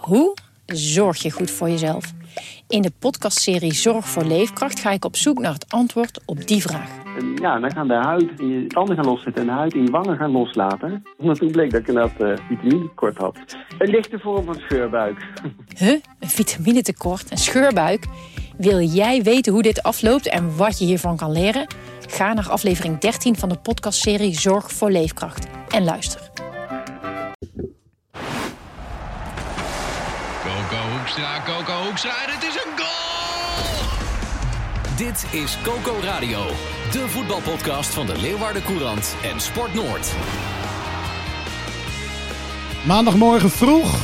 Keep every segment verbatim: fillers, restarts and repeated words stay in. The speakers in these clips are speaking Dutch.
Hoe zorg je goed voor jezelf? In de podcastserie Zorg voor Leefkracht ga ik op zoek naar het antwoord op die vraag. En ja, dan gaan de huid in je tanden gaan loszetten en de huid in je wangen gaan loslaten. Omdat toen bleek dat ik inderdaad uh, vitaminetekort had. Een lichte vorm van scheurbuik. Huh? Een vitaminetekort? Een scheurbuik? Wil jij weten hoe dit afloopt en wat je hiervan kan leren? Ga naar aflevering dertien van de podcastserie Zorg voor Leefkracht en luister. Coco Hoekstra, Coco Hoekstra, het is een goal! Dit is Coco Radio, de voetbalpodcast van de Leeuwarden Courant en Sport Noord. Maandagmorgen vroeg.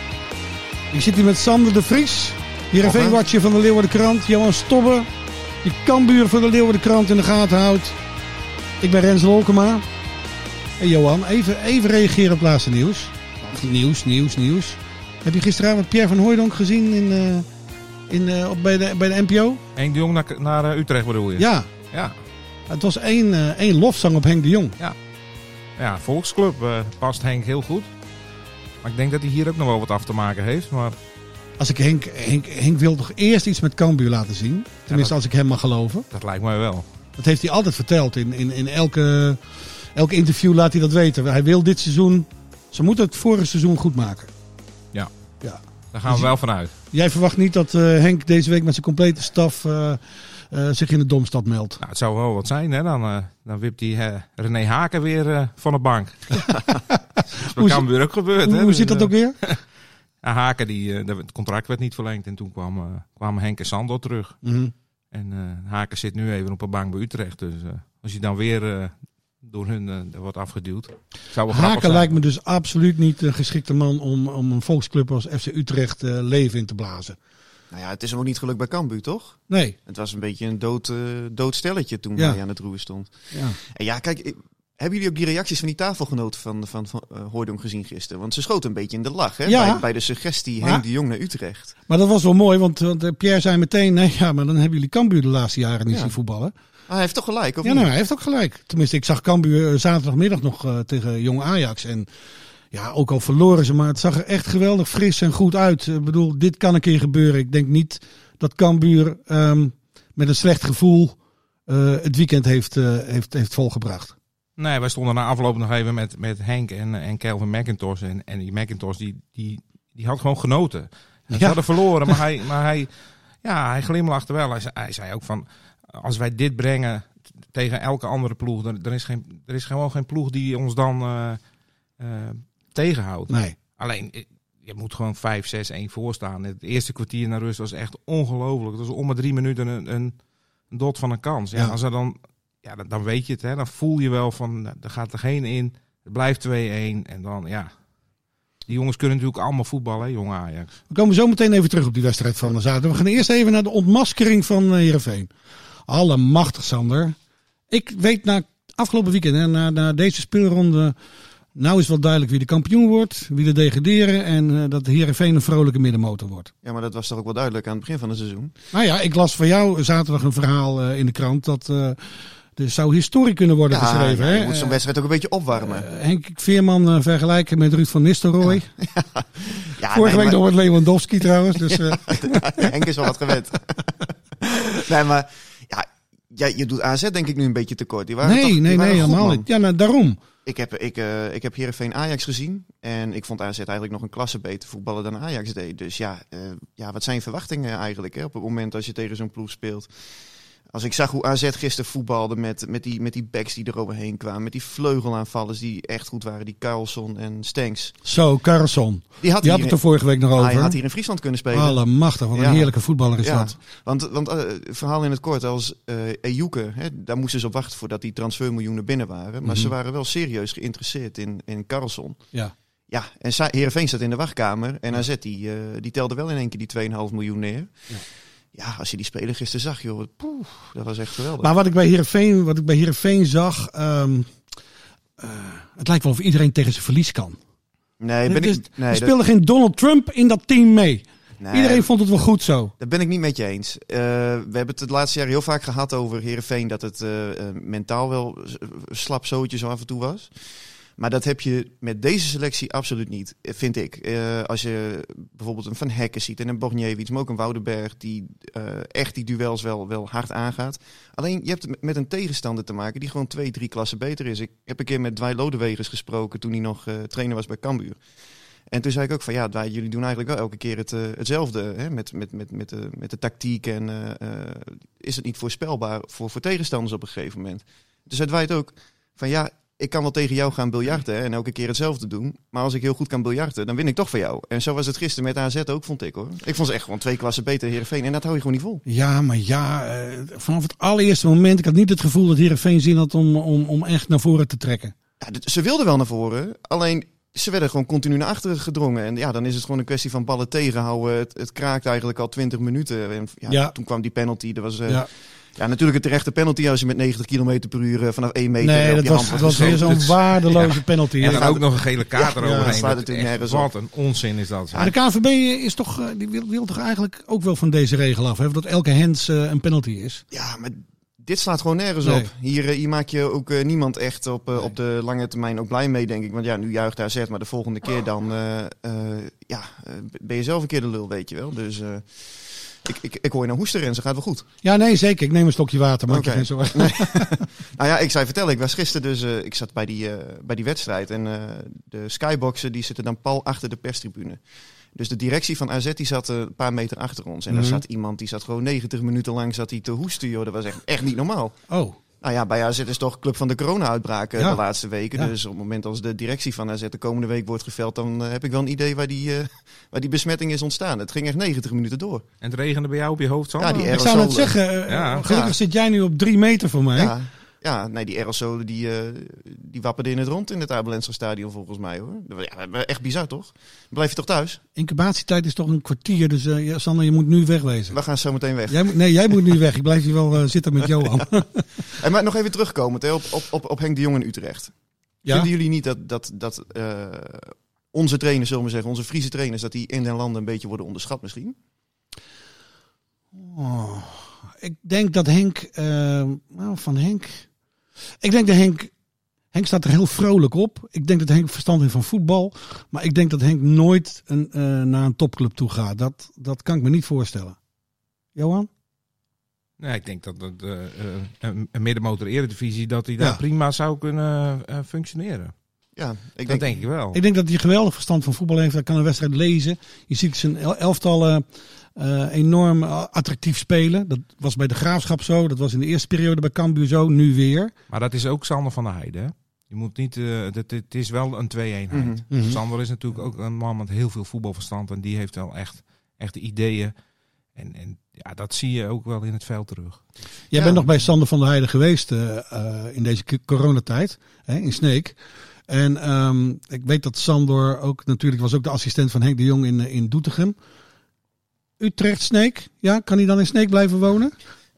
Ik zit hier met Sander de Vries, Heerenveen-watcher van de Leeuwarden Courant. Johan Stobbe, die Cambuur van de Leeuwarden Courant in de gaten houdt. Ik ben Rens Wolkema. Hey Johan, even, even reageren op het laatste nieuws. Nieuws, nieuws, nieuws. Heb je gisteravond Pierre van Hooijdonk gezien in, uh, in, uh, op, bij, de, bij de N P O? Henk de Jong naar, naar uh, Utrecht bedoel je? Ja. Ja. Het was één, uh, één lofzang op Henk de Jong. Ja, ja volksclub uh, past Henk heel goed. Maar ik denk dat hij hier ook nog wel wat af te maken heeft. Maar... Als ik Henk, Henk, Henk wil toch eerst iets met Cambuur laten zien? Tenminste, ja, dat, als ik hem mag geloven. Dat lijkt mij wel. Dat heeft hij altijd verteld. In, in, in elke, elke interview laat hij dat weten. Hij wil dit seizoen... Ze moeten het vorige seizoen goed maken. Ja. Ja. Daar gaan we wel vanuit. Jij verwacht niet dat uh, Henk deze week met zijn complete staf uh, uh, zich in de Domstad meldt? Nou, het zou wel wat zijn, hè? Dan, uh, dan wipt die uh, René Haken weer uh, van de bank. Dat kan weer ook gebeurd. Hoe, hè? hoe dus, zit dat uh, ook weer? Ja, Haken, die, uh, het contract werd niet verlengd. En toen kwam, uh, kwamen Henk en Sandor terug. Mm-hmm. En uh, Haken zit nu even op een bank bij Utrecht. Dus uh, als je dan weer... Uh, door hun uh, wordt afgeduwd. Zou wel Haken lijkt me dus absoluut niet een geschikte man om, om een volksclub als F C Utrecht uh, leven in te blazen. Nou ja, het is hem ook niet gelukt bij Cambuur, toch? Nee. Het was een beetje een dood, uh, dood stelletje toen ja. hij aan het roer stond. Ja. En ja, kijk, ik, hebben jullie ook die reacties van die tafelgenoten van, van, van uh, Hooijdonk gezien gisteren? Want ze schoten een beetje in de lach, hè? Ja. Bij, bij de suggestie maar, Henk de Jong naar Utrecht. Maar dat was wel mooi, want, want Pierre zei meteen... Nee, ja, maar dan hebben jullie Cambuur de laatste jaren niet ja. zien voetballen. Ah, hij heeft toch gelijk, of ja, niet? nou, hij heeft ook gelijk. Tenminste, ik zag Cambuur zaterdagmiddag nog uh, tegen Jong Ajax. En ja, ook al verloren ze, maar het zag er echt geweldig fris en goed uit. Ik bedoel, dit kan een keer gebeuren. Ik denk niet dat Cambuur um, met een slecht gevoel uh, het weekend heeft, uh, heeft, heeft volgebracht. Nee, wij stonden na afloop nog even met, met Henk en, en Kelvin McIntosh. En, en die McIntosh, die, die, die had gewoon genoten. Ze ja. hadden verloren, maar hij, maar hij, ja, hij glimlachte wel. Hij zei, hij zei ook van... Als wij dit brengen tegen elke andere ploeg, dan er is, geen, er is gewoon geen ploeg die ons dan uh, uh, tegenhoudt. Nee. Alleen, je moet gewoon vijf zes een voorstaan. Het eerste kwartier naar rust was echt ongelooflijk. Het was om maar drie minuten een, een, een dot van een kans. Ja, ja. Als er dan, ja, dan, dan weet je het. Hè, dan voel je wel van, er gaat er geen in. Het blijft twee een. En dan, ja... Die jongens kunnen natuurlijk allemaal voetballen, hè, jonge Ajax. We komen zo meteen even terug op die wedstrijd van de zaterdag. We gaan eerst even naar de ontmaskering van Heerenveen. Allemachtig, Sander. Ik weet na afgelopen weekend, hè, na, na deze speelronde... Nou is wel duidelijk wie de kampioen wordt, wie de degraderen... en uh, dat Heerenveen een vrolijke middenmotor wordt. Ja, maar dat was toch ook wel duidelijk aan het begin van het seizoen? Nou ja, ik las van jou zaterdag een verhaal uh, in de krant... dat uh, er zou historie kunnen worden ja, geschreven. Ja, je hè? moet zo'n wedstrijd ook een beetje opwarmen. Uh, Henk Veerman uh, vergelijken met Ruud van Nistelrooy. Ja. Ja, Vorige nee, week nog maar... met Lewandowski trouwens. Dus, uh... Henk is wel wat gewend. Nee, maar ja, ja, je doet A Z denk ik nu een beetje tekort. Die waren nee, toch, die nee, waren nee, goed, helemaal man. niet. Ja, nou, daarom. Ik heb, ik, uh, ik heb Heerenveen Ajax gezien. En ik vond A Z eigenlijk nog een klasse beter voetballen dan Ajax deed. Dus ja, uh, ja wat zijn je verwachtingen eigenlijk hè, op het moment als je tegen zo'n ploeg speelt? Als ik zag hoe A Z gisteren voetbalde met, met, die, met die backs die er overheen kwamen. Met die vleugelaanvallers die echt goed waren. Die Carlson en Stenks. Zo, Carlson. Die had, die had het er vorige week nog over. Hij had hier in Friesland kunnen spelen. Allemachtig, wat een ja. heerlijke voetballer is ja. dat. Want, want uh, verhaal in het kort, als uh, Ejuke, hè, daar moesten ze op wachten voordat die transfermiljoenen binnen waren. Maar mm-hmm. ze waren wel serieus geïnteresseerd in, in Carlson. Ja. Ja, en Heerenveen zat in de wachtkamer. En A Z die, uh, die telde wel in één keer die twee komma vijf miljoen neer. Ja. Ja, als je die speler gisteren zag, joh, poeh, dat was echt geweldig. Maar wat ik bij Heerenveen, wat ik bij Heerenveen zag, um, uh, het lijkt wel of iedereen tegen zijn verlies kan. Nee, ben dus, ik, nee, er speelde dat... geen Donald Trump in dat team mee. Nee, iedereen vond het wel goed zo. Dat ben ik niet met je eens. Uh, we hebben het het laatste jaar heel vaak gehad over Heerenveen dat het uh, uh, mentaal wel slap zootje zo af en toe was. Maar dat heb je met deze selectie absoluut niet, vind ik. Uh, als je bijvoorbeeld een Van Hekken ziet en een Borgniewicz, maar ook een Woudenberg die uh, echt die duels wel, wel hard aangaat. Alleen je hebt met een tegenstander te maken die gewoon twee, drie klassen beter is. Ik heb een keer met Dwight Lodewegers gesproken toen hij nog uh, trainer was bij Cambuur. En toen zei ik ook van ja, Dwight, jullie doen eigenlijk wel elke keer het, uh, hetzelfde. Hè? Met, met, met, met, de, met de tactiek en uh, uh, is het niet voorspelbaar voor, voor tegenstanders op een gegeven moment. Dus zei Dwight ook van ja, ik kan wel tegen jou gaan biljarten en elke keer hetzelfde doen. Maar als ik heel goed kan biljarten, dan win ik toch van jou. En zo was het gisteren met A Z ook, vond ik hoor. Ik vond ze echt gewoon twee klassen beter Heerenveen. En dat hou je gewoon niet vol. Ja, maar ja, uh, vanaf het allereerste moment, ik had niet het gevoel dat Heerenveen zin had om, om, om echt naar voren te trekken. Ja, d- ze wilden wel naar voren, alleen ze werden gewoon continu naar achteren gedrongen. En ja, dan is het gewoon een kwestie van ballen tegenhouden. Het, het kraakt eigenlijk al twintig minuten. En ja, Ja. Toen kwam die penalty. Dat was... Uh, Ja. Ja, natuurlijk een terechte penalty als je met negentig kilometer per uur vanaf één meter Nee, op dat je was, hand dat wordt was weer geschoten. zo'n waardeloze Ja. penalty. En Ja. dan ook nog een gele kaart Ja, eroverheen. dat slaat Dat natuurlijk echt, nergens op. wat een onzin is dat. Maar de K N V B is toch, uh, die wil, wil toch eigenlijk ook wel van deze regel af, hè? Dat elke hands uh, een penalty is. Ja, maar dit slaat gewoon nergens Nee. op. Hier, uh, hier maak je ook uh, niemand echt op, uh, Nee. op de lange termijn ook blij mee, denk ik. Want ja, nu juicht A Z, maar de volgende keer dan uh, uh, ja, uh, ben je zelf een keer de lul, weet je wel. Dus uh, ik, ik, ik hoor je nou hoesten en ze gaat wel goed. Ja, nee, zeker. Ik neem een stokje water, maak Oké. je geen zorgen. Nee. Nou ja, ik zou je vertellen, ik was gisteren dus, uh, ik zat bij die, uh, bij die wedstrijd en uh, de skyboxen die zitten dan pal achter de perstribune. Dus de directie van A Z die zat uh, een paar meter achter ons. En Mhm. daar zat iemand, die zat gewoon negentig minuten lang zat hij te hoesten, joh. Dat was echt, echt niet normaal. Oh, Nou ja, bij A Z is toch club van de corona-uitbraak uh, Ja. de laatste weken. Ja. Dus op het moment als de directie van A Z de komende week wordt geveld, dan uh, heb ik wel een idee waar die, uh, waar die besmetting is ontstaan. Het ging echt negentig minuten door. En het regende bij jou op je hoofd, Sander? Ja, die ik zou net aerosolen. zeggen, uh, Ja. gelukkig Ja. zit jij nu op drie meter voor mij. Ja, ja, nee, die aerosolen die, uh, die wapperden in het rond in het Abelenser stadion volgens mij, hoor. Ja, echt bizar, toch? Blijf je toch thuis? Incubatietijd is toch een kwartier, dus uh, ja, Sander, je moet nu wegwezen. We gaan zo meteen weg. Jij, moet- nee, jij moet nu weg. Ik blijf hier wel uh, zitten met Johan. En maar nog even terugkomend hè, op, op, op, op Henk de Jong in Utrecht. Ja? Vinden jullie niet dat, dat, dat uh, onze trainers, zullen we zeggen, onze Friese trainers, dat die in den landen een beetje worden onderschat misschien? Oh, ik denk dat Henk, uh, nou, van Henk, ik denk dat Henk, Henk staat er heel vrolijk op. Ik denk dat Henk verstand heeft van voetbal, maar ik denk dat Henk nooit een, uh, naar een topclub toe gaat. Dat, dat kan ik me niet voorstellen. Johan? Nee, ik denk dat, dat uh, uh, een, een middenmotor eredivisie, dat hij daar Ja. prima zou kunnen uh, functioneren. Ja, ik Dat denk, denk ik wel. Ik denk dat hij geweldig verstand van voetbal heeft. Hij kan een wedstrijd lezen. Je ziet zijn el- elftallen uh, enorm uh, attractief spelen. Dat was bij de Graafschap zo. Dat was in de eerste periode bij Cambuur zo. Nu weer. Maar dat is ook Sander van der Heijden. Hè? Je moet niet, uh, het, het is wel een twee-eenheid. Mhm. Mhm. Sander is natuurlijk ook een man met heel veel voetbalverstand. En die heeft wel echt, echt ideeën. En, en ja, dat zie je ook wel in het veld terug. Jij Ja. bent nog bij Sander van der Heijden geweest uh, uh, in deze k- coronatijd. Hè, in Sneek. En um, ik weet dat Sander ook natuurlijk was ook de assistent van Henk de Jong in, uh, in Doetinchem. Utrecht, Sneek. Ja, kan hij dan in Sneek blijven wonen?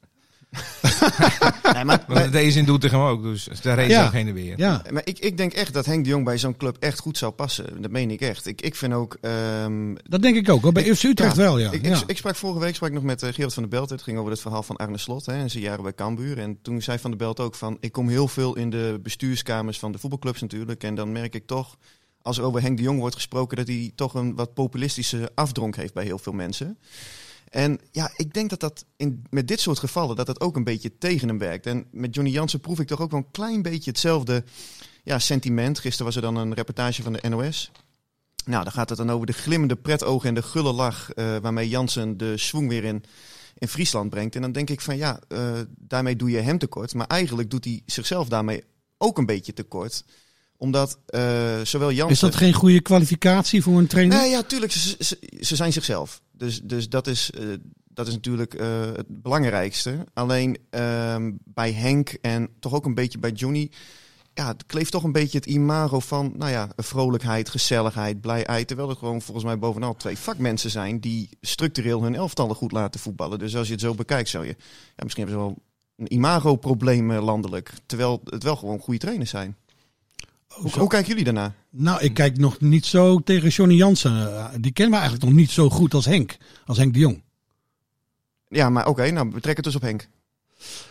nee, maar, Maar dat deed ze in Doetinchem ook. Dus daar reed ze Ja. ook heen en weer. Ja. maar ik, ik denk echt dat Henk de Jong bij zo'n club echt goed zou passen. Dat meen ik echt. Ik, ik vind ook... Um, Dat denk ik ook. Hoor. Bij Ik- F C Utrecht ja, wel, ja. Ik, ja. ik, ik sprak vorige week sprak ik nog met uh, Gerard van der Belt. Het ging over het verhaal van Arne Slot hè, en zijn jaren bij Cambuur. En toen zei Van der Belt ook van... Ik kom heel veel in de bestuurskamers van de voetbalclubs natuurlijk. En dan merk ik toch, als er over Henk de Jong wordt gesproken... dat hij toch een wat populistische afdronk heeft bij heel veel mensen. En ja, ik denk dat dat in, met dit soort gevallen... dat dat ook een beetje tegen hem werkt. En met Johnny Jansen proef ik toch ook wel een klein beetje hetzelfde ja, sentiment. Gisteren was er dan een reportage van de N O S... Nou, dan gaat het dan over de glimmende pretogen en de gulle lach... Uh, waarmee Jansen de swing weer in, in Friesland brengt. En dan denk ik van ja, uh, daarmee doe je hem tekort. Maar eigenlijk doet hij zichzelf daarmee ook een beetje tekort. Omdat uh, zowel Jansen... Is dat geen goede kwalificatie voor een trainer? Nee, ja, tuurlijk. Ze, ze, ze zijn zichzelf. Dus, dus dat is... Uh, Dat is natuurlijk uh, het belangrijkste. Alleen uh, bij Henk en toch ook een beetje bij Johnny... Ja, het kleeft toch een beetje het imago van, nou ja, vrolijkheid, gezelligheid, blijheid. Terwijl het gewoon volgens mij bovenal twee vakmensen zijn die structureel hun elftallen goed laten voetballen. Dus als je het zo bekijkt, zou je, ja, misschien hebben ze wel een imago-probleem uh, landelijk. Terwijl het wel gewoon goede trainers zijn. Hoe, hoe kijken jullie daarna? Nou, ik kijk nog niet zo tegen Johnny Jansen. Die kennen we eigenlijk nog niet zo goed als Henk. Als Henk de Jong. Ja, maar oké, okay, nou betrek het dus op Henk.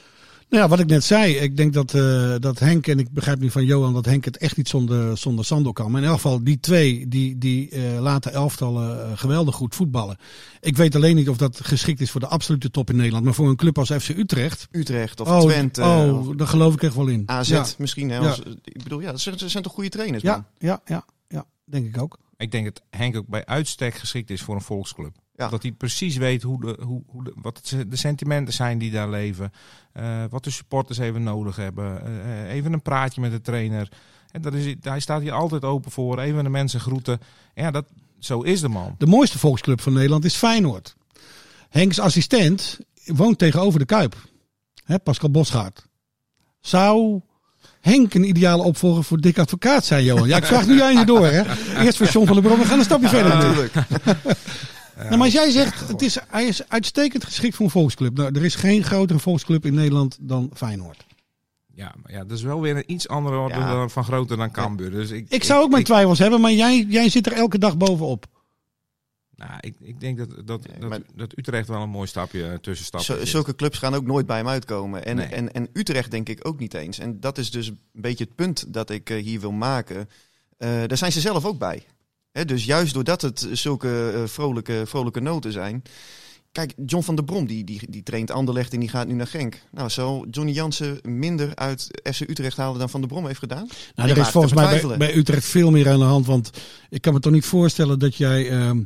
Nou ja, wat ik net zei. Ik denk dat, uh, dat Henk, en ik begrijp nu van Johan dat Henk het echt niet zonder, zonder Sando kan. Maar in elk geval die twee, die, die uh, laten elftallen uh, geweldig goed voetballen. Ik weet alleen niet of dat geschikt is voor de absolute top in Nederland. Maar voor een club als F C Utrecht. Utrecht of oh, Twente. Oh, of daar geloof ik echt wel in. A Z ja. misschien. Hè, ja. als, ik bedoel, ja, ze zijn toch goede trainers, ja, man? Ja, ja, ja, denk ik ook. Ik denk dat Henk ook bij uitstek geschikt is voor een volksclub. Ja. Dat hij precies weet hoe de, hoe, hoe de, wat de sentimenten zijn die daar leven. Uh, wat de supporters even nodig hebben. Uh, even een praatje met de trainer. En dat is, hij staat hier altijd open voor. Even de mensen groeten. Ja, dat, zo is de man. De mooiste volksclub van Nederland is Feyenoord. Henks assistent woont tegenover de Kuip. Hè, Pascal Bosgaard. Zou Henk een ideale opvolger voor Dick Advocaat zijn, Johan? Ja, ik vraag nu aan je door. Hè. Eerst voor John van der Brom. We gaan een stapje verder. Natuurlijk. Ja, nou, maar als jij zegt, het is, hij is uitstekend geschikt voor een volksclub. Nou, er is geen grotere volksclub in Nederland dan Feyenoord. Ja, maar ja, dat is wel weer een iets andere orde Ja. dan, van groter dan Cambuur. Dus ik, Ik zou ook mijn ik, twijfels hebben, maar jij, jij zit er elke dag bovenop. Nou, ik, ik denk dat, dat, Nee, dat, maar- dat Utrecht wel een mooi stapje tussenstapje Zo, zit. zulke clubs gaan ook nooit bij hem uitkomen. En, Nee. en, en Utrecht denk ik ook niet eens. En dat is dus een beetje het punt dat ik uh, hier wil maken. Uh, daar zijn ze zelf ook bij. Hè, dus juist doordat het zulke uh, vrolijke, vrolijke noten zijn. Kijk, John van der Brom die, die, die traint Anderlecht en die gaat nu naar Genk. Nou, zal Johnny Jansen minder uit F C Utrecht halen dan Van der Brom heeft gedaan? Nou, Ik er is maak volgens te mij bij, betwijfelen. bij Utrecht veel meer aan de hand. Want ik kan me toch niet voorstellen dat jij ehm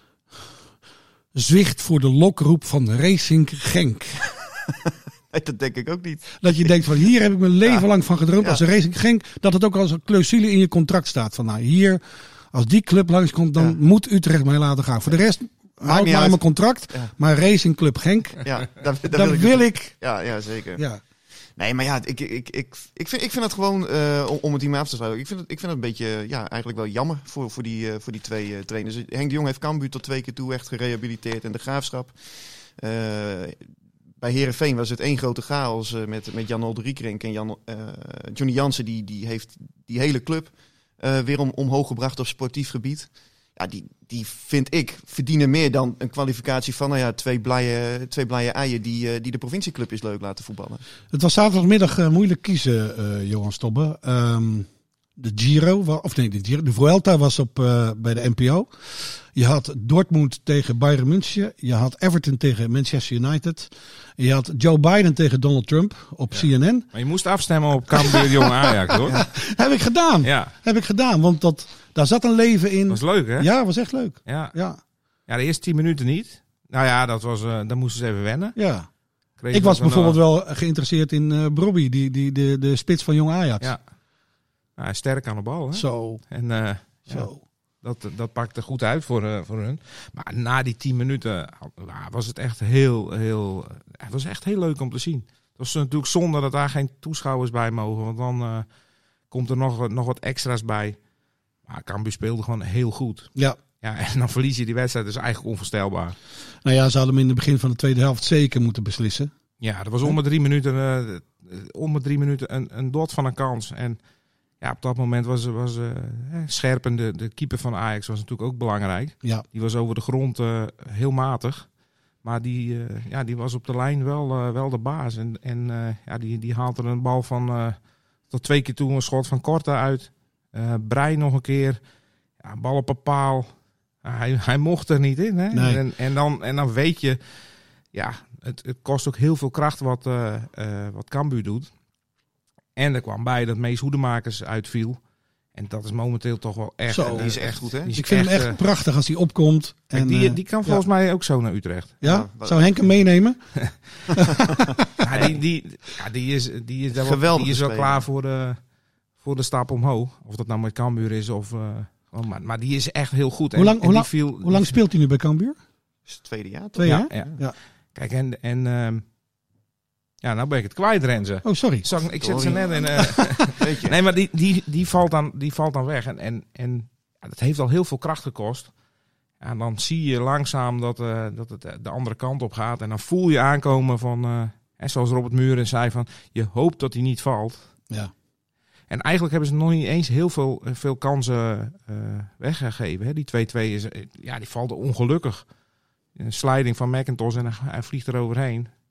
zwicht voor de lokroep van Racing Genk. Nee, dat denk ik ook niet. Dat je denkt van hier heb ik mijn leven Ja. lang van gedroomd. Ja. Als een Racing Genk, dat het ook als een clausule in je contract staat. Van nou hier, als die club langskomt, dan Ja. moet Utrecht mij laten gaan. Voor de rest, houd niet maar uit. mijn contract. Ja. Maar Racing Club Genk, Ja, daar, daar dan het- wil ik. Ja, ja, zeker. Ja. Nee, maar ja, ik, ik, ik, ik, vind, ik vind het gewoon, uh, om, om het hiermee af te sluiten, ik vind het, ik vind het een beetje, ja, eigenlijk wel jammer voor, voor, die, uh, voor die twee uh, trainers. Henk de Jong heeft Cambuur tot twee keer toe echt gerehabiliteerd en de Graafschap. Uh, bij Heerenveen was het één grote chaos uh, met, met Jan Olderiekrink en Jan, uh, Johnny Jansen, die, die heeft die hele club uh, weer om, omhoog gebracht op sportief gebied. Ja, die, die vind ik verdienen meer dan een kwalificatie van nou ja, twee blije, twee blije eieren die, uh, die de provincieclubjes leuk laten voetballen. Het was zaterdagmiddag uh, moeilijk kiezen, uh, Johan Stobbe. Um, de Giro, wa- of nee, de Giro, de Vuelta was op uh, bij de N P O. Je had Dortmund tegen Bayern München. Je had Everton tegen Manchester United. Je had Joe Biden tegen Donald Trump op Ja. C N N. Maar je moest afstemmen op Cambuur Jong Ajax, hoor. Ja. Heb ik gedaan. ja, Heb ik gedaan, want dat, daar zat een leven in. dat was leuk, hè? Ja, was echt leuk. Ja. Ja, Ja, de eerste tien minuten niet. Nou ja, dat was, uh, daar moesten ze even wennen. ja. Kreeg Ik ze was van, uh, bijvoorbeeld wel geïnteresseerd in uh, Brobby, die, die, de, de spits van Jong Ajax. Ja. Nou, hij is sterk aan de bal, hè? Zo, En uh, ja, zo. dat, dat pakte goed uit voor, uh, voor hun. Maar na die tien minuten uh, was het echt heel, heel... Uh, het was echt heel leuk om te zien. Het was natuurlijk zonde dat daar geen toeschouwers bij mogen. Want dan uh, komt er nog, nog wat extra's bij. Maar Cambuur speelde gewoon heel goed. Ja. Ja, en dan verlies je die wedstrijd. Dat is eigenlijk onvoorstelbaar. Nou ja, ze hadden hem in het begin van de tweede helft zeker moeten beslissen. Ja, er was om de drie minuten, uh, om de drie minuten een, een dot van een kans. En ja, op dat moment was, was uh, Scherpen, de, de keeper van Ajax, was natuurlijk ook belangrijk. Ja. Die was over de grond uh, heel matig. Maar die, uh, ja, die was op de lijn wel, uh, wel de baas. En, en uh, ja, die, die haalt er een bal van uh, tot twee keer toe een schot van Korte uit. Uh, Brein nog een keer. Ja, bal op een paal. Uh, hij, hij mocht er niet in. Hè? Nee. En, en, dan, en dan weet je, ja, het, het kost ook heel veel kracht wat, uh, uh, wat Cambuur doet. En er kwam bij dat Mees Hoedemakers uitviel. En dat is momenteel toch wel echt... Zo. uh, Die is echt goed, hè? die is Ik vind hem echt uh, prachtig als hij opkomt. kijk, En, die, uh, die kan ja. volgens mij ook zo naar Utrecht. Ja? Ja, Zou Henk hem meenemen? Ja, die, die, ja, die is, die is, daar wel, Geweldige die is wel speler. klaar voor de, voor de stap omhoog. Of dat nou met Cambuur is of... Uh, oh, maar, maar die is echt heel goed. Hoe En- lang- en hoe die lang- viel, Hoe lang speelt hij nu bij Cambuur? is het tweede jaar, toch? Twee Ja, jaar? ja. Ja. Kijk, en... en um, ja, nou ben ik het kwijt, Renze. Oh, sorry. Zag, ik zet ze Sorry. net in... Uh, Weet je. nee, maar die, die, die, valt dan, die valt dan weg. En, en, en ja, dat heeft al heel veel kracht gekost. En dan zie je langzaam dat, uh, dat het de andere kant op gaat. En dan voel je aankomen van... Uh, hè, zoals Robert Muren zei van... Je hoopt dat hij niet valt. Ja. En eigenlijk hebben ze nog niet eens heel veel, veel kansen uh, weggegeven. Hè. Die twee-twee is... Uh, ja, die valt ongelukkig. Een sliding van McIntosh en hij, hij vliegt er overheen.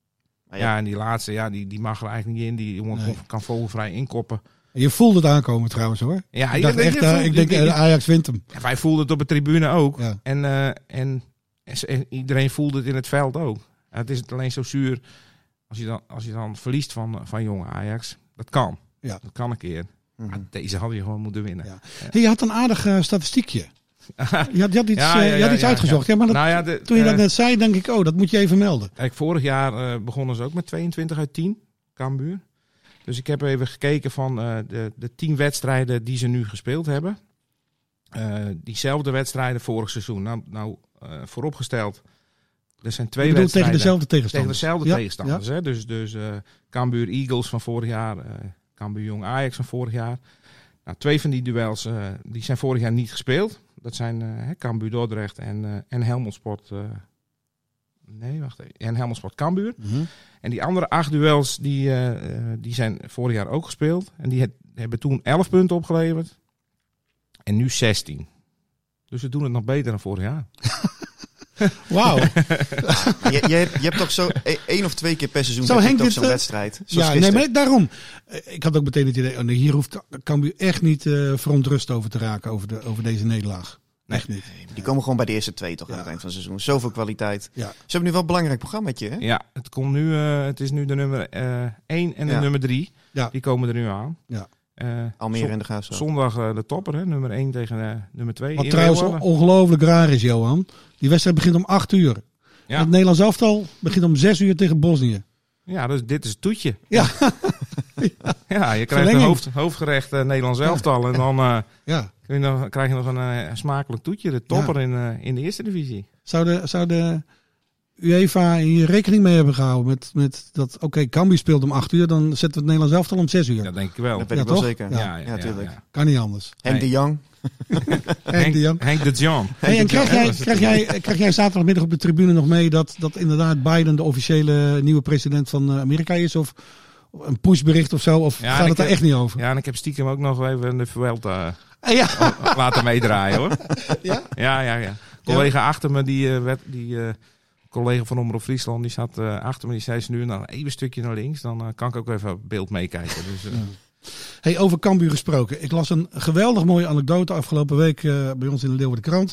Maar Ja, en die laatste, ja, die, die mag er eigenlijk niet in. Die jongen Nee. kan vogelvrij inkoppen. Je voelde het aankomen trouwens hoor. Ja, Ik dacht echt, uh, ik denk uh, Ajax wint hem. Ja, wij voelden het op de tribune ook. Ja. En, uh, en, en iedereen voelde het in het veld ook. Ja, het is alleen zo zuur als je dan, als je dan verliest van, van jonge Ajax. Dat kan. Ja. Dat kan een keer. Mm-hmm. Maar deze had je gewoon moeten winnen. Ja. Hey, je had een aardig uh, statistiekje. Je had, je had iets, Ja, ja, uh, je had iets ja, uitgezocht. ja. Ja, maar dat, Nou ja, de, toen je uh, dat net zei, denk ik, oh, dat moet je even melden. Kijk, vorig jaar uh, begonnen ze ook met tweeëntwintig uit tien, Cambuur. Dus ik heb even gekeken van uh, de, de tien wedstrijden die ze nu gespeeld hebben. Uh, diezelfde wedstrijden vorig seizoen. Nou, nou uh, vooropgesteld, er zijn twee Ik bedoel, wedstrijden. tegen dezelfde Tegen tegenstanders. dezelfde Ja, tegenstanders. Hè? Dus, dus uh, Cambuur Eagles van vorig jaar, uh, Cambuur Jong Ajax van vorig jaar. Nou, twee van die duels uh, die zijn vorig jaar niet gespeeld. Dat zijn uh, Cambuur Dordrecht en, uh, en Helmond Sport... Uh, Nee, wacht even. En Helmond Sport Cambuur. Mm-hmm. En die andere acht duels, die, uh, die zijn vorig jaar ook gespeeld. En die het, hebben toen elf punten opgeleverd. En nu zestien. Dus we doen het nog beter dan vorig jaar. Wauw. je, je, hebt, je hebt toch zo e- één of twee keer per seizoen Zo heb je Henk, toch dit, zo'n uh, wedstrijd. Zoals Ja, nee, gisteren. maar daarom. Uh, Ik had ook meteen het idee, oh nee, hier hoeft Cambuur echt niet uh, verontrust over te raken, over, de, over deze nederlaag. Nee. Echt niet. Die komen gewoon bij de eerste twee toch Ja. aan het eind van het seizoen. Zoveel kwaliteit. Ja. Ze hebben nu wel een belangrijk programmaatje, hè? Ja, het, komt nu, uh, het is nu de nummer uh, één en de Ja. nummer drie. Ja. Die komen er nu aan. Ja. Uh, Almere zon- en de Graafschap. Zondag uh, de topper, hè? Nummer één tegen uh, nummer twee. Wat in trouwens Leeuwarden. ongelooflijk raar is, Johan. Die wedstrijd begint om acht uur. Ja. Het Nederlands elftal begint om zes uur tegen Bosnië. Ja, dus dit is het toetje. Ja. Ja, je krijgt Verlenging. een hoofd, hoofdgerecht uh, Nederlands elftal. En dan uh, Ja. kun je nog, krijg je nog een uh, smakelijk toetje. De topper in, uh, in de eerste divisie. Zou de, zou de UEFA hier rekening mee hebben gehouden met, met dat, oké, okay, Cambuur speelt om acht uur, dan zetten we het Nederlands elftal om zes uur. Dat denk ik wel. Dat weet Ja, ik wel toch? zeker. Ja. Ja, ja, ja, tuurlijk. ja. Kan niet anders. Henk de Jong. Henk de Jong. Henk de Jong. Hey, en krijg Ja, jij, dat is krijg, jij, krijg jij zaterdagmiddag op de tribune nog mee dat, dat inderdaad Biden de officiële nieuwe president van Amerika is? Of een pushbericht of zo? Of Ja, en gaat ik het daar heb- echt niet over? Ja, en ik heb stiekem ook nog even de Vuelta Ah, ja. uh, laten meedraaien hoor. Ja? Ja, ja, ja. Collega achter me, die, uh, werd, die uh, collega van Omroep Friesland, die zat uh, achter me. Die zei ze nu nou even een stukje naar links. Dan uh, kan ik ook even op beeld meekijken. Dus, uh, Hey, over Cambuur gesproken. Ik las een geweldig mooie anekdote afgelopen week uh, bij ons in de Leeuwardenkrant.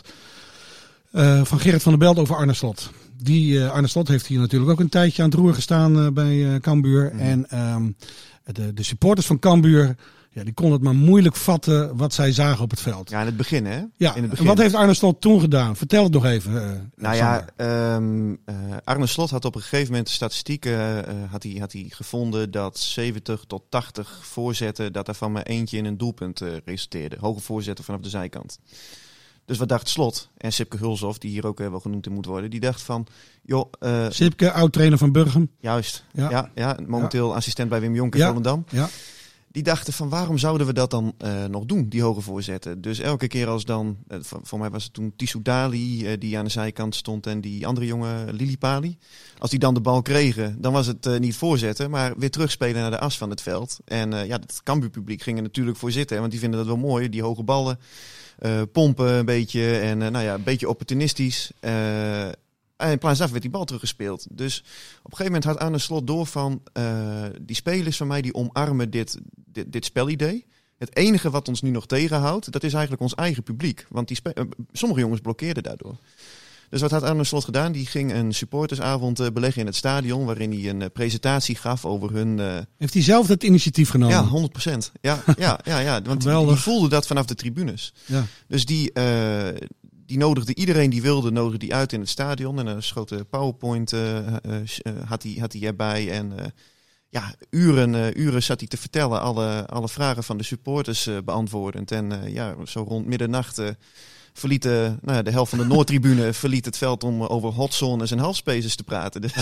Uh, van Gerrit van der Belt over Arne Slot. Die, uh, Arne Slot heeft hier natuurlijk ook een tijdje aan het roer gestaan uh, bij uh, Cambuur. Mm. En um, de, de supporters van Cambuur, ja, die konden het maar moeilijk vatten wat zij zagen op het veld. Ja, in het begin, hè? Ja, in het en begin. wat heeft Arne Slot toen gedaan? Vertel het nog even. Uh, Nou Sander. ja, um, uh, Arne Slot had op een gegeven moment de statistieken uh, had hij, had hij gevonden dat zeventig tot tachtig voorzetten, dat er van maar eentje in een doelpunt uh, resulteerde. Hoge voorzetten vanaf de zijkant. Dus wat dacht Slot en Sipke Hulshoff, die hier ook uh, wel genoemd moet worden, die dacht van, joh, uh, Sipke, oud-trainer van Burgum. juist, Ja. ja. Ja, momenteel assistent bij Wim Jonk in Ja. Volendam. Ja. Die dachten van waarom zouden we dat dan uh, nog doen, die hoge voorzetten. Dus elke keer als dan, uh, voor, voor mij was het toen Tissou Dali uh, die aan de zijkant stond en die andere jongen Lilipali. Als die dan de bal kregen, dan was het uh, niet voorzetten, maar weer terugspelen naar de as van het veld. En uh, ja, het Cambuur publiek ging er natuurlijk voor zitten, hè, want die vinden dat wel mooi, die hoge ballen. Uh, pompen een beetje en uh, nou ja, een beetje opportunistisch. Uh, en in plaats daarvan werd die bal teruggespeeld. Dus op een gegeven moment had Arne Slot door van uh, die spelers van mij die omarmen dit, dit, dit spelidee. Het enige wat ons nu nog tegenhoudt, dat is eigenlijk ons eigen publiek. Want die spe- uh, sommige jongens blokkeerden daardoor. Dus wat had Arne Slot gedaan? Die ging een supportersavond uh, beleggen in het stadion, waarin hij een uh, presentatie gaf over hun... Uh, Heeft hij zelf het initiatief genomen? ja, honderd procent. Ja, ja, ja, ja, want die, Geweldig. die voelde dat vanaf de tribunes. Ja. Dus die, uh, die nodigde iedereen die wilde, nodigde die uit in het stadion. En een grote PowerPoint uh, uh, uh, had hij had hij erbij. En uh, ja, uren, uh, uren zat hij te vertellen, alle, alle vragen van de supporters uh, beantwoordend. En uh, ja, zo rond middernacht uh, verliet uh, nou ja, de helft van de Noordtribune verliet het veld om uh, over hotzones en halfspaces te praten. Dus,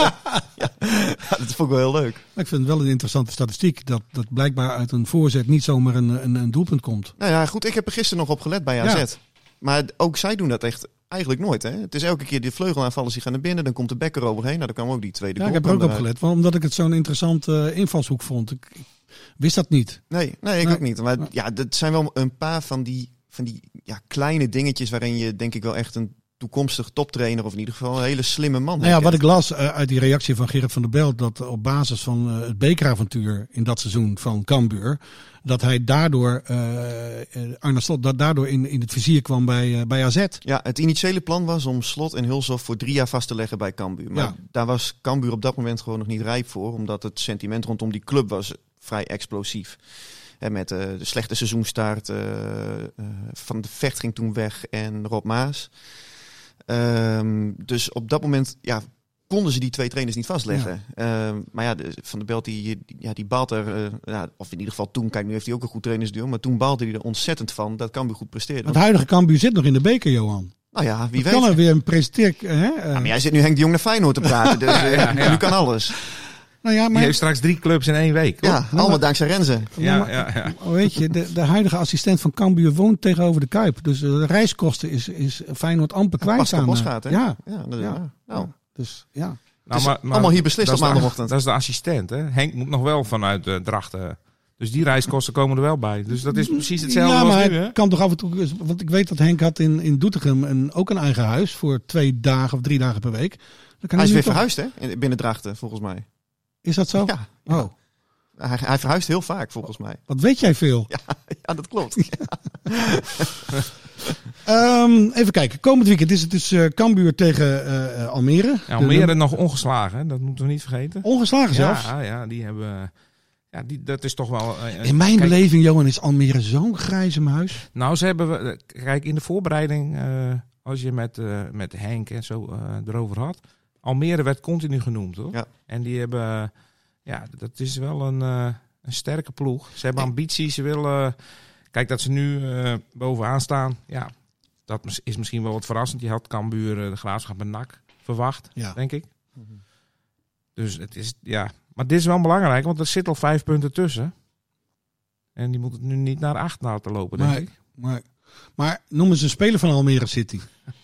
ja, dat vond ik wel heel leuk. Maar ik vind het wel een interessante statistiek. Dat, dat blijkbaar uit een voorzet niet zomaar een, een, een doelpunt komt. Nou ja, goed, ik heb er gisteren nog op gelet bij A Z. Ja. Maar ook zij doen dat echt eigenlijk nooit. Hè? Het is elke keer die vleugelaanvallers die gaan naar binnen. Dan komt de bekker overheen. Nou, dan kwam ook die tweede Ja, ik goal. heb er ook kwam op eruit. gelet. Omdat ik het zo'n interessante invalshoek vond. Ik, ik wist dat niet. Nee, nee, ik Nee. ook niet. Maar Nee. ja, dat zijn wel een paar van die, van die ja, kleine dingetjes waarin je denk ik wel echt een toekomstig toptrainer of in ieder geval een hele slimme man. Nou ja, wat ik las uh, uit die reactie van Gerrit van der Belt, dat op basis van uh, het bekeravontuur in dat seizoen van Cambuur, dat hij daardoor, uh, Arne Slot, dat daardoor in, in het vizier kwam bij, uh, bij A Z. Ja, het initiële plan was om Slot en Hulshoff voor drie jaar vast te leggen bij Cambuur. Maar ja. daar was Cambuur op dat moment gewoon nog niet rijp voor, omdat het sentiment rondom die club was vrij explosief. He, met uh, de slechte seizoenstart, uh, uh, Van de Vecht ging toen weg en Rob Maas. Um, dus op dat moment ja, konden ze die twee trainers niet vastleggen. Ja. Um, maar ja, de, Van der Belt die, die, ja, die baalt er, uh, ja, of in ieder geval toen, kijk nu heeft hij ook een goed trainersduo, maar toen baalde hij er ontzettend van dat Cambuur goed presteerde. Het huidige Cambuur zit nog in de beker, Johan. Nou ja, wie dat weet. Kan er weer een presenteer. Hè? Ja, maar jij zit nu Henk de Jong naar Feyenoord te praten, dus uh, ja, ja. nu kan alles. Nou ja, maar... Die heeft straks drie clubs in één week. Ja, allemaal maar... dankzij Renze. Ja, maar, ja, ja. Weet je, de, de huidige assistent van Cambuur woont tegenover de Kuip. Dus de reiskosten is, is Feyenoord amper kwijt. Pascal aan. Bosgaard, hè? Ja. Ja, dat is ja. waar. Nou. Dus ja. Nou, dus maar, maar, allemaal hier beslist op maandagochtend. Dat is de assistent, hè? Henk moet nog wel vanuit uh, Drachten. Dus die reiskosten komen er wel bij. Dus dat is precies hetzelfde ja, als maar nu, hè? Het kan toch af en toe... Want ik weet dat Henk had in, in Doetinchem een, ook een eigen huis voor twee dagen of drie dagen per week. Dan kan hij is weer toch... verhuisd, hè? Binnen Drachten, volgens mij. Is dat zo? Ja. Oh. Hij, hij verhuist heel vaak, volgens mij. Wat weet jij veel? Ja, ja dat klopt. Ja. um, even kijken. Komend weekend is het dus uh, Cambuur tegen uh, Almere. Ja, Almere de, nog ongeslagen, hè? Dat moeten we niet vergeten. Ongeslagen zelfs? Ja, ja die hebben... Ja, die, dat is toch wel... Uh, in mijn kijk, beleving, Johan, is Almere zo'n grijze muis. Nou, ze hebben... Kijk, in de voorbereiding, uh, als je met, uh, met Henk en zo uh, erover had... Almere werd continu genoemd, hoor. Ja. En die hebben... Uh, ja, dat is wel een, uh, een sterke ploeg. Ze hebben ambitie, ze willen... Uh, kijk, dat ze nu uh, bovenaan staan, ja... Dat is misschien wel wat verrassend. Je had Cambuur uh, de Graafschap en N A C verwacht, ja. denk ik. Mm-hmm. Dus het is... Ja... Maar dit is wel belangrijk, want er zit al vijf punten tussen. En die moet het nu niet naar acht laten lopen, denk maar, ik. Maar, maar noemen ze een speler van Almere City.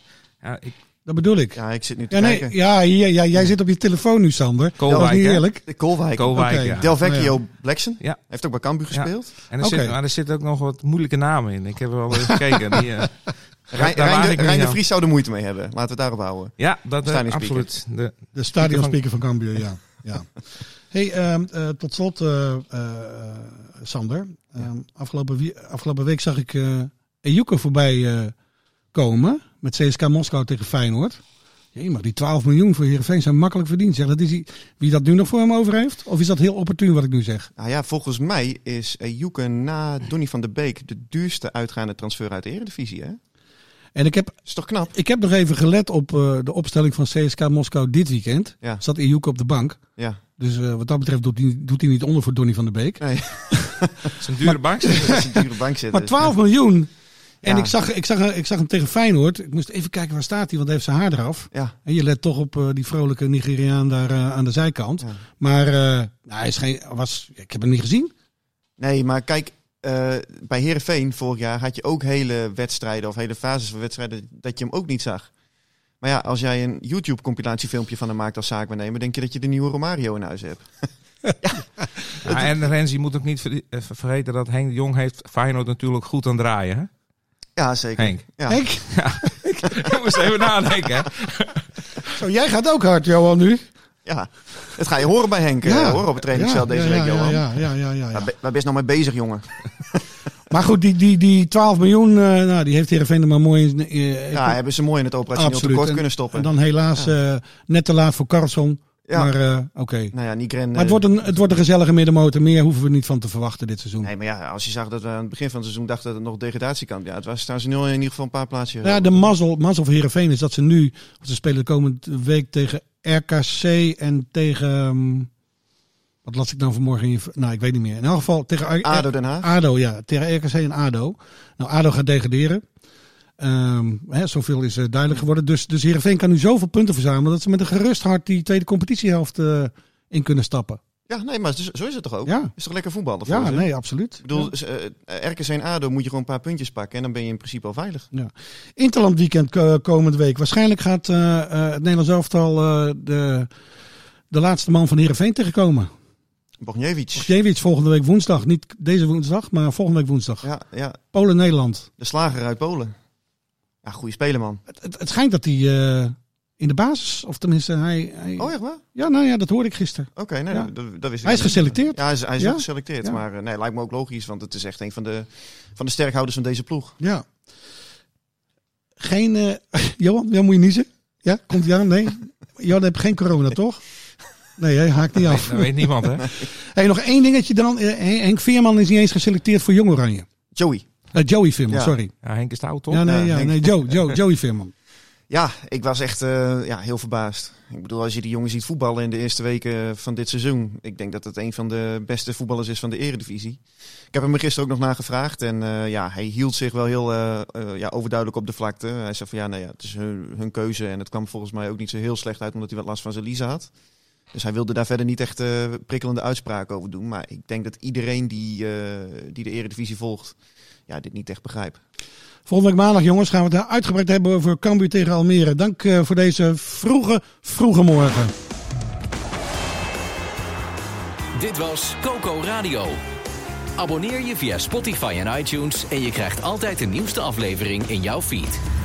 Ja, ik... Dat bedoel ik. Ja, ik zit nu te ja, nee, kijken. Ja, ja, ja, jij zit op je telefoon nu, Sander. Kolwijk, dat is niet eerlijk. De Kolwijk. Kolwijk okay. ja. Delvecchio oh, ja. Blackson. Ja. Heeft ook bij Cambuur gespeeld. Ja. En er, okay. zit, maar er zitten ook nog wat moeilijke namen in. Ik heb er wel eens gekeken. Die, uh, Rijn, Rijn, de, Rijn de Vries zou er moeite mee hebben. Laten we het daarop houden. Ja, dat is uh, absoluut. De, de stadionspeaker van, van Cambuur, ja. ja. Hey, um, uh, tot slot, uh, uh, Sander. Um, afgelopen, wie, afgelopen week zag ik uh, Ejuke voorbij uh, komen met C S K Moskou tegen Feyenoord. Jee, maar die twaalf miljoen voor Heerenveen zijn makkelijk verdiend. Zeg, dat is die, wie dat nu nog voor hem over heeft? Of is dat heel opportun wat ik nu zeg? Nou ja, volgens mij is Ejuke na Donny van der Beek de duurste uitgaande transfer uit de Eredivisie, hè? En ik heb, is toch knap? Ik heb nog even gelet op uh, de opstelling van C S K Moskou dit weekend. Ja. Zat Ejuke op de bank. Ja. Dus uh, wat dat betreft doet hij, doet hij niet onder voor Donny van der Beek. Nee. Dat is een dure bank zitten. Dat is een dure bank zitten. Maar twaalf miljoen. En Ja. ik, zag, ik, zag, ik zag hem tegen Feyenoord. Ik moest even kijken waar staat hij, want hij heeft zijn haar eraf. Ja. En je let toch op uh, die vrolijke Nigeriaan daar uh, aan de zijkant. Ja. Maar uh, nou, hij is geen, was, ik heb hem niet gezien. Nee, maar kijk, uh, bij Heerenveen vorig jaar had je ook hele wedstrijden of hele fases van wedstrijden dat je hem ook niet zag. Maar ja, als jij een YouTube-compilatiefilmpje van hem maakt als zaakwaarnemer, denk je dat je de nieuwe Romario in huis hebt. ja. Ja, en Renzi moet ook niet ver, vergeten dat Henk de Jong heeft Feyenoord natuurlijk goed aan het draaien, hè? Ja, zeker. Henk. Ja. Henk? Ja. Je moest even nadenken, hè? Zo, jij gaat ook hard, Johan, nu. Ja, dat ga je horen bij Henk, ja. hoor, op het trainingsveld ja, deze ja, week, ja, Johan. Ja, ja, ja, ja, ja. Waar best nog mee bezig, jongen. Maar goed, die, die, die twaalf miljoen, uh, nou, die heeft Heerenveen er maar mooi in. Uh, ja, hebben ze mooi in het operationeel tekort kunnen stoppen. En dan helaas ja. uh, net te laat voor Carlson. Ja. Maar uh, oké. Okay. Nou ja, Nigren, maar het wordt, een, het wordt een gezellige middenmotor. Meer hoeven we niet van te verwachten dit seizoen. Nee, maar ja, als je zag dat we aan het begin van het seizoen dachten dat het nog degradatie kan. Ja, het was, staan ze nu in ieder geval een paar plaatsjes. Ja, de mazzel, mazzel voor Heerenveen is dat ze nu, ze spelen de komende week tegen R K C en tegen, um, wat las ik nou vanmorgen? In, nou, ik weet niet meer. In elk geval tegen ADO Den Haag. ADO, ja. Tegen R K C en ADO. Nou, ADO gaat degraderen. Um, hè, zoveel is uh, duidelijk geworden. Dus, dus Heerenveen kan nu zoveel punten verzamelen dat ze met een gerust hart die tweede competitiehelft uh, in kunnen stappen. Ja, nee, maar zo is het toch ook? Ja. Is toch lekker voetballen? Ja, ze? nee, absoluut. Ik bedoel, ja. uh, R K C en ADO moet je gewoon een paar puntjes pakken en dan ben je in principe al veilig. Ja. Interland weekend uh, komende week. Waarschijnlijk gaat uh, uh, het Nederlands elftal uh, de, de laatste man van Heerenveen tegenkomen. Bogniewicz. Bogniewicz volgende week woensdag. Niet deze woensdag, maar volgende week woensdag. Ja, ja. Polen-Nederland. De slager uit Polen. Ja, goede speler, man. Het, het, het schijnt dat hij uh, in de basis, of tenminste hij... hij oh, echt waar? Ja, nou ja, dat hoorde ik gisteren. Oké, okay, nee, ja. dat, dat wist ik Hij is geselecteerd. Ja, hij is, hij is ja? ook geselecteerd. Ja. Maar uh, nee, lijkt me ook logisch, want het is echt een van de, van de sterkhouders van deze ploeg. Ja. Geen... Uh, Johan, ja, moet je niezen? Ja, komt hij aan? Nee? Johan heeft geen corona, toch? Nee, hij haakt niet af. Dat weet niemand, hè? Hey, nog één dingetje dan. Uh, Henk Veerman is niet eens geselecteerd voor Jong Oranje. Joey. Uh, Joey Veerman, ja. sorry. Ja, Henk is oud, toch? Ja, nee, ja, ja, nee Joe, Joe, Joey Veerman. Ja, ik was echt uh, ja, heel verbaasd. Ik bedoel, als je die jongen ziet voetballen in de eerste weken van dit seizoen. Ik denk dat het een van de beste voetballers is van de Eredivisie. Ik heb hem er gisteren ook nog naar gevraagd. En uh, ja, hij hield zich wel heel uh, uh, ja, overduidelijk op de vlakte. Hij zei van ja, nee, ja, het is hun, hun keuze. En het kwam volgens mij ook niet zo heel slecht uit, omdat hij wat last van zijn liezen had. Dus hij wilde daar verder niet echt uh, prikkelende uitspraken over doen. Maar ik denk dat iedereen die, uh, die de Eredivisie volgt, ja, dit niet echt begrijpt. Volgende week maandag, jongens, gaan we het uitgebreid hebben over Cambuur tegen Almere. Dank uh, voor deze vroege, vroege morgen. Dit was Coco Radio. Abonneer je via Spotify en iTunes en je krijgt altijd de nieuwste aflevering in jouw feed.